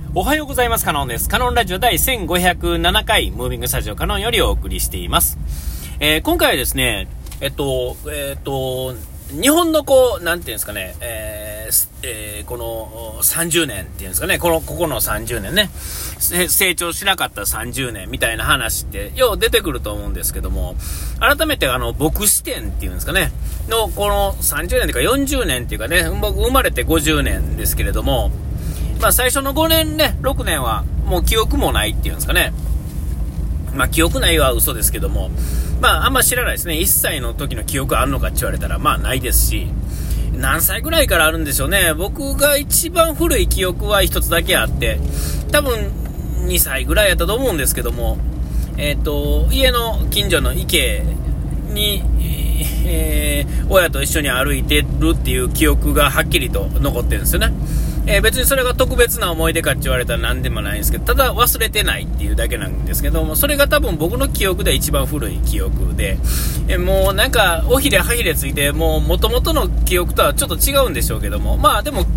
おはようございます。カノンです。カノンラジオ第1507回ムービングスタジオカノンよりお送りしています。今回はですね、日本のなんていうんですかね、この30年っていうんですかね、ここの30年ね、成長しなかった30年みたいな話ってよう出てくると思うんですけども、改めて僕視点っていうんですかね、のこの30年というか40年っていうかね、僕生まれて50年ですけれども、最初の5年ね、6年はもう記憶もないっていうんですかね。記憶ないは嘘ですけども、あんま知らないですね。1歳の時の記憶あるのかって言われたら、ないですし、何歳ぐらいからあるんでしょうね。僕が一番古い記憶は一つだけあって、多分2歳ぐらいやったと思うんですけども、家の近所の池に、親と一緒に歩いてるっていう記憶がはっきりと残ってるんですよね。別にそれが特別な思い出かって言われたら何でもないんですけど、ただ忘れてないっていうだけなんですけども、それが多分僕の記憶で一番古い記憶で、もうなんかおひれはひれついて、もう元々の記憶とはちょっと違うんでしょうけども、でも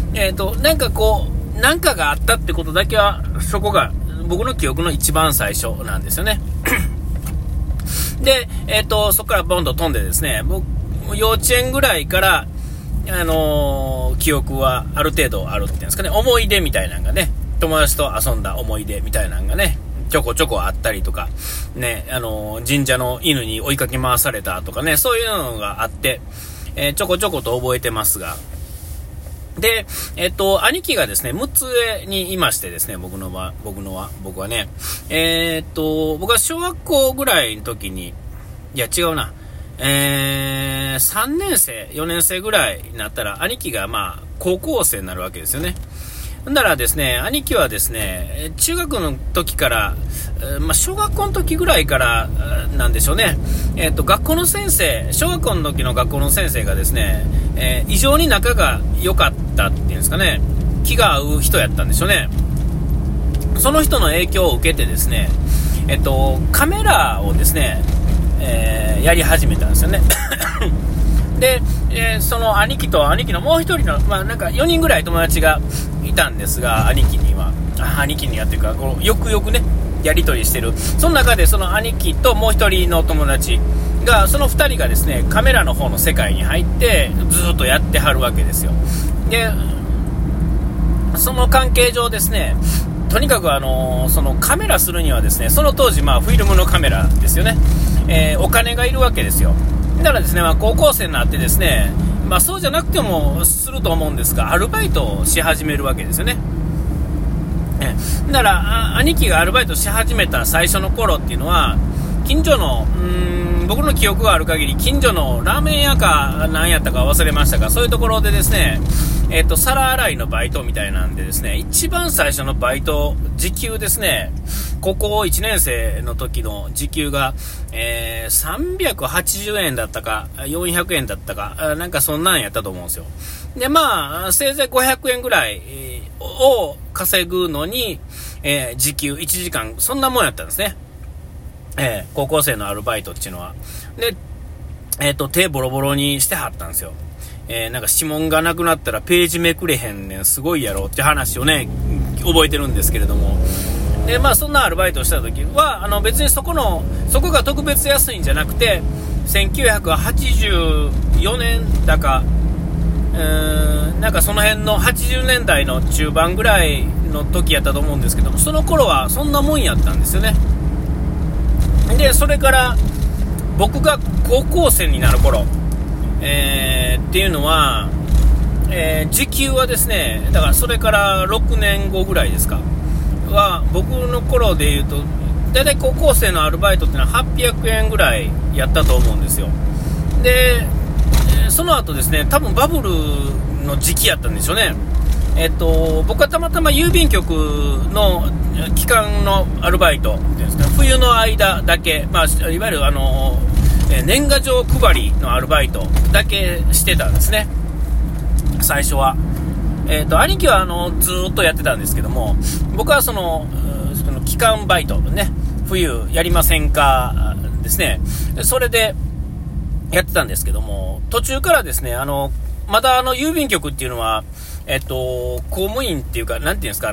なんかがあったってことだけは、そこが僕の記憶の一番最初なんですよね。で、そこからボンと飛んでですね、僕幼稚園ぐらいから記憶はある程度あるっていうんですかね、思い出みたいなのがね、友達と遊んだ思い出みたいなのがね、ちょこちょこあったりとかね、神社の犬に追いかけ回されたとかね、そういうのがあって、ちょこちょこと覚えてますが、で、兄貴がですね、6つ上にいましてですね、僕はね、僕は小学校ぐらいの時に、いや違うな、3年生、4年生ぐらいになったら、兄貴が高校生になるわけですよね。だからですね、兄貴はですね、中学の時から、小学校の時ぐらいからなんでしょうね、学校の先生、小学校の時の学校の先生がですね、異常に仲が良かったっていうんですかね、気が合う人やったんでしょうね。その人の影響を受けてですね、カメラをですね、やり始めたんですよね。で、その兄貴と兄貴のもう一人の、なんか4人ぐらい友達がいたんですが、兄貴にはっていうか、よくよくね、やり取りしてる。その中でその兄貴ともう一人の友達が、その2人がですね、カメラの方の世界に入ってずっとやってはるわけですよ。で、その関係上ですね、とにかくそのカメラするにはですね、その当時フィルムのカメラですよね、お金がいるわけですよ。だからですね、高校生になってですね、そうじゃなくてもすると思うんですが、アルバイトをし始めるわけですよね。だから兄貴がアルバイトし始めた最初の頃っていうのは、近所の僕の記憶がある限り、近所のラーメン屋か何やったか忘れましたが、そういうところでですね、皿洗いのバイトみたいなんでですね、一番最初のバイト時給ですね、高校1年生の時の時給が、380円だったか400円だったか、なんかそんなんやったと思うんですよ。でせいぜい500円ぐらいを稼ぐのに、時給1時間そんなもんやったんですね、高校生のアルバイトっていうのは。で、手ボロボロにしてはったんですよ。なんか指紋がなくなったらページめくれへんねん、すごいやろって話をね、覚えてるんですけれども。で、そんなアルバイトをした時は、別にそこが特別安いんじゃなくて、1984年だか、なんかその辺の80年代の中盤ぐらいの時やったと思うんですけども、その頃はそんなもんやったんですよね。で、それから僕が高校生になる頃、っていうのは、時給はですね、だからそれから6年後ぐらいですかは、僕の頃でいうとだいたい高校生のアルバイトってのは800円ぐらいやったと思うんですよ。で、その後ですね、多分バブルの時期やったんでしょうね。僕はたまたま郵便局の期間のアルバイトっていうんですか、冬の間だけ、いわゆる年賀状配りのアルバイトだけしてたんですね、最初は。兄貴はずっとやってたんですけども、僕はその期間バイトね、冬やりませんかですね、それでやってたんですけども、途中からですね、まだ郵便局っていうのは公務員っていうか、なんていうんですか、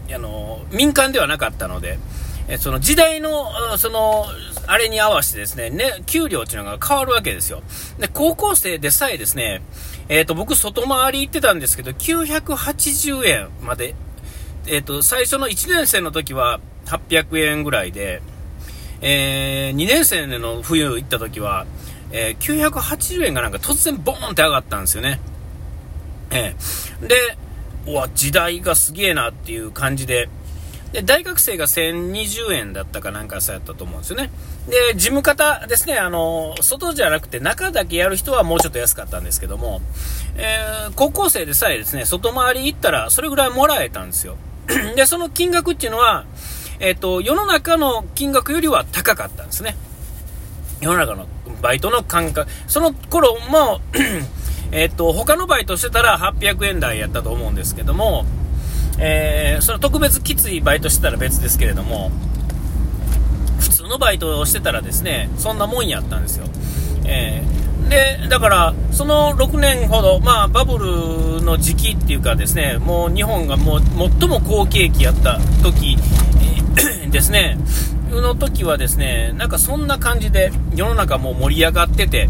民間ではなかったので、その時代の、あれに合わせてですね、給料っていうのが変わるわけですよ。で、高校生でさえですね、僕、外回り行ってたんですけど、980円まで、最初の1年生の時は800円ぐらいで、2年生の冬行った時は、980円がなんか突然ボーンって上がったんですよね。で、時代がすげえなっていう感じで、大学生が1020円だったかなんかそうやったと思うんですよね。で、事務方ですね、外じゃなくて中だけやる人はもうちょっと安かったんですけども、高校生でさえですね、外回り行ったらそれぐらいもらえたんですよ。で、その金額っていうのは、世の中の金額よりは高かったんですね。世の中のバイトの感覚、その頃も、他のバイトしてたら800円台やったと思うんですけども、それ特別きついバイトしてたら別ですけれども、普通のバイトをしてたらですね、そんなもんやったんですよ。で、だからその6年ほど、バブルの時期っていうかですね、もう日本がもう最も好景気やった時、ですねの時はですね、なんかそんな感じで世の中も盛り上がってて、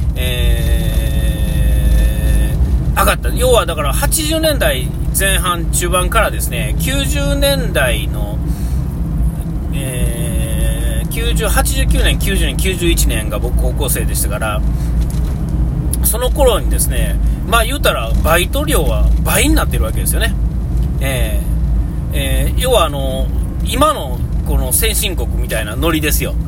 上がった。要はだから80年代前半中盤からですね、90年代の、89年、90年、91年が僕高校生でしたから、その頃にですね、言うたらバイト料は倍になってるわけですよね。要は今のこの先進国みたいなノリですよ。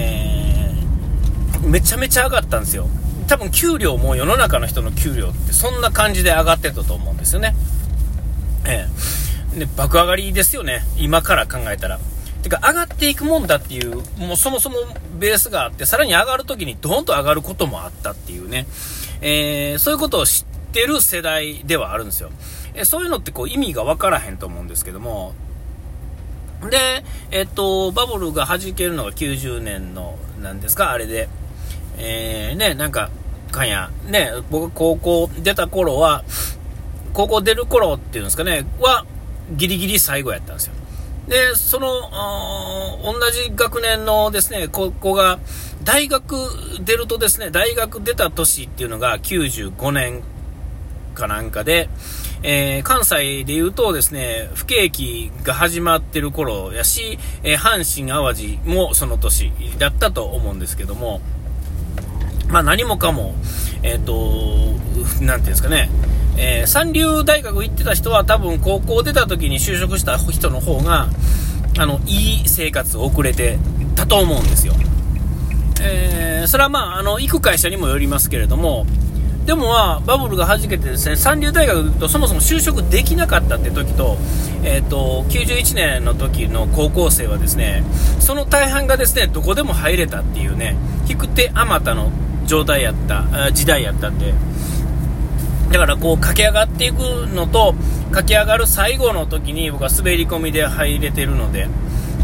めちゃめちゃ上がったんですよ。多分給料も世の中の人の給料ってそんな感じで上がってたと思うんですよね。で、爆上がりですよね、今から考えたら。てか上がっていくもんだっていう、もうそもそもベースがあって、さらに上がるときにドーンと上がることもあったっていうね、そういうことを知ってる世代ではあるんですよ。そういうのってこう意味が分からへんと思うんですけども、で、バブルが弾けるのが90年のなんですか、あれで、なんか僕高校出た頃は、高校出る頃っていうんですかねはギリギリ最後やったんですよ。で、その同じ学年のですね高校が大学出るとですね、大学出た年っていうのが95年かなんかで、関西でいうとですね、不景気が始まってる頃やし、阪神淡路もその年だったと思うんですけども、何もかもなんていうんですかね、三流大学行ってた人は多分高校出た時に就職した人の方がいい生活を送れてたと思うんですよ。それは行く会社にもよりますけれども、でもバブルが弾けてですね、三流大学とそもそも就職できなかったって時と、91年の時の高校生はですね、その大半がですね、どこでも入れたっていうね、引く手あまたの状態やった時代やったんで、だからこう駆け上がっていくのと、駆け上がる最後の時に僕は滑り込みで入れてるので、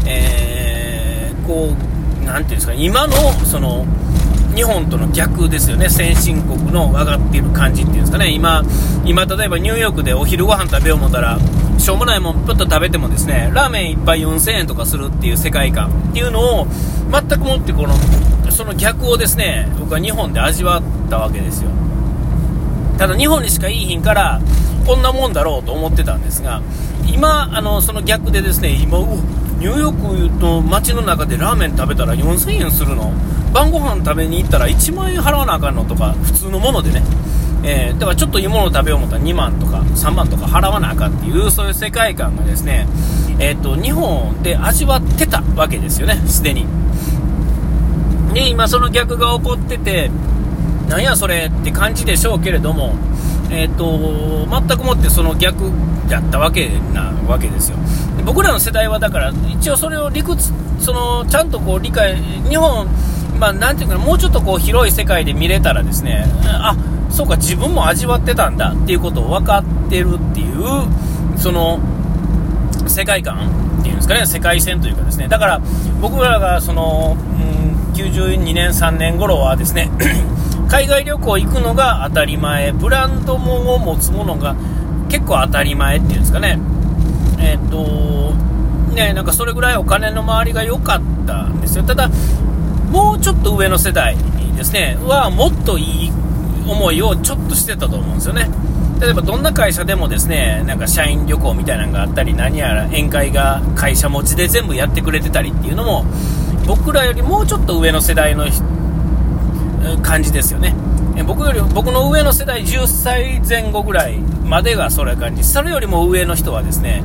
こうなんていうんですか、今のその日本との逆ですよね。先進国の上がっている感じっていうんですかね。今例えばニューヨークでお昼ご飯食べよう思ったら、しょうもないもんちょっと食べてもですね、ラーメン一杯4000円とかするっていう世界観っていうのを全くもってその逆をですね、僕は日本で味わったわけですよ。ただ日本にしかいい品からこんなもんだろうと思ってたんですが、今その逆でですね、今ニューヨークの街の中でラーメン食べたら4000円するの、晩ご飯食べに行ったら1万円払わなあかんのとか、普通のものでね、だからちょっといいものを食べよう思ったら2万とか3万とか払わなあかんっていう、そういう世界観がですね、日本で味わってたわけですよね、すでに。で、今その逆が起こってて、なんやそれって感じでしょうけれども、全くもってその逆だったわけですよ。で、僕らの世代はだから一応それをちゃんとこう理解、日本、なんていうかな、もうちょっとこう広い世界で見れたらですね、そうか、自分も味わってたんだっていうことを分かってるっていう、その世界観っていうんですかね、世界線というかですね。だから僕らが92年3年頃はですね海外旅行行くのが当たり前、ブランド物を持つものが結構当たり前っていうんですかね、 なんかそれぐらいお金の回りが良かったんですよ。ただもうちょっと上の世代ですねはもっといい思いをちょっとしてたと思うんですよね。例えばどんな会社でもですね、なんか社員旅行みたいなのがあったり、何やら宴会が会社持ちで全部やってくれてたりっていうのも、僕らよりもうちょっと上の世代の感じですよね。僕の上の世代10歳前後ぐらいまでがそれ感じ。それよりも上の人はですね、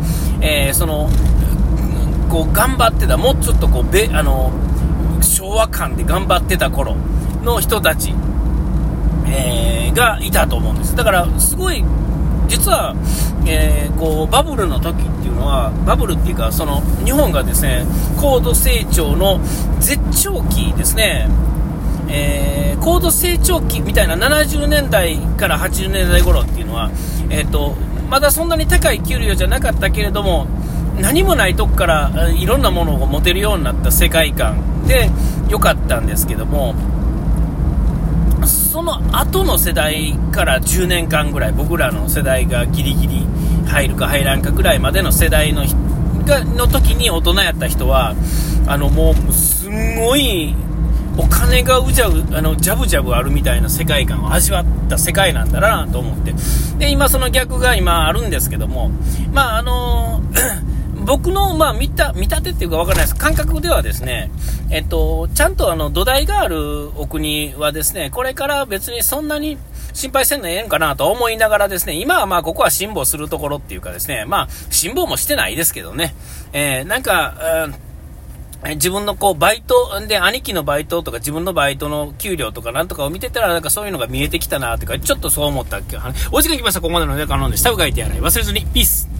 こう頑張ってた、もうちょっとこう昭和感で頑張ってた頃の人たち、がいたと思うんです。だからすごい実は、こうバブルの時っていうのは、バブルっていうかその日本がですね高度成長の絶頂期ですね、高度成長期みたいな70年代から80年代頃っていうのは、まだそんなに高い給料じゃなかったけれども、何もないとこからいろんなものを持てるようになった世界観で良かったんですけども、その後の世代から10年間ぐらい、僕らの世代がギリギリ入るか入らんかぐらいまでの世代の時に大人やった人はもうすんごいお金がジャブジャブあるみたいな世界観を味わった世界なんだなと思って、で今その逆が今あるんですけども、僕の見立てっていうか分からないです。感覚ではですね、ちゃんと土台があるお国はですね、これから別にそんなに心配せんのええんかなと思いながらですね、今はここは辛抱するところっていうかですね、辛抱もしてないですけどね、自分のバイトで兄貴のバイトとか自分のバイトの給料とかなんとかを見てたら、なんかそういうのが見えてきたなというか、ちょっとそう思ったっけ。お時間来ました。ここまでので、下を書いてやらない忘れずに。ピース。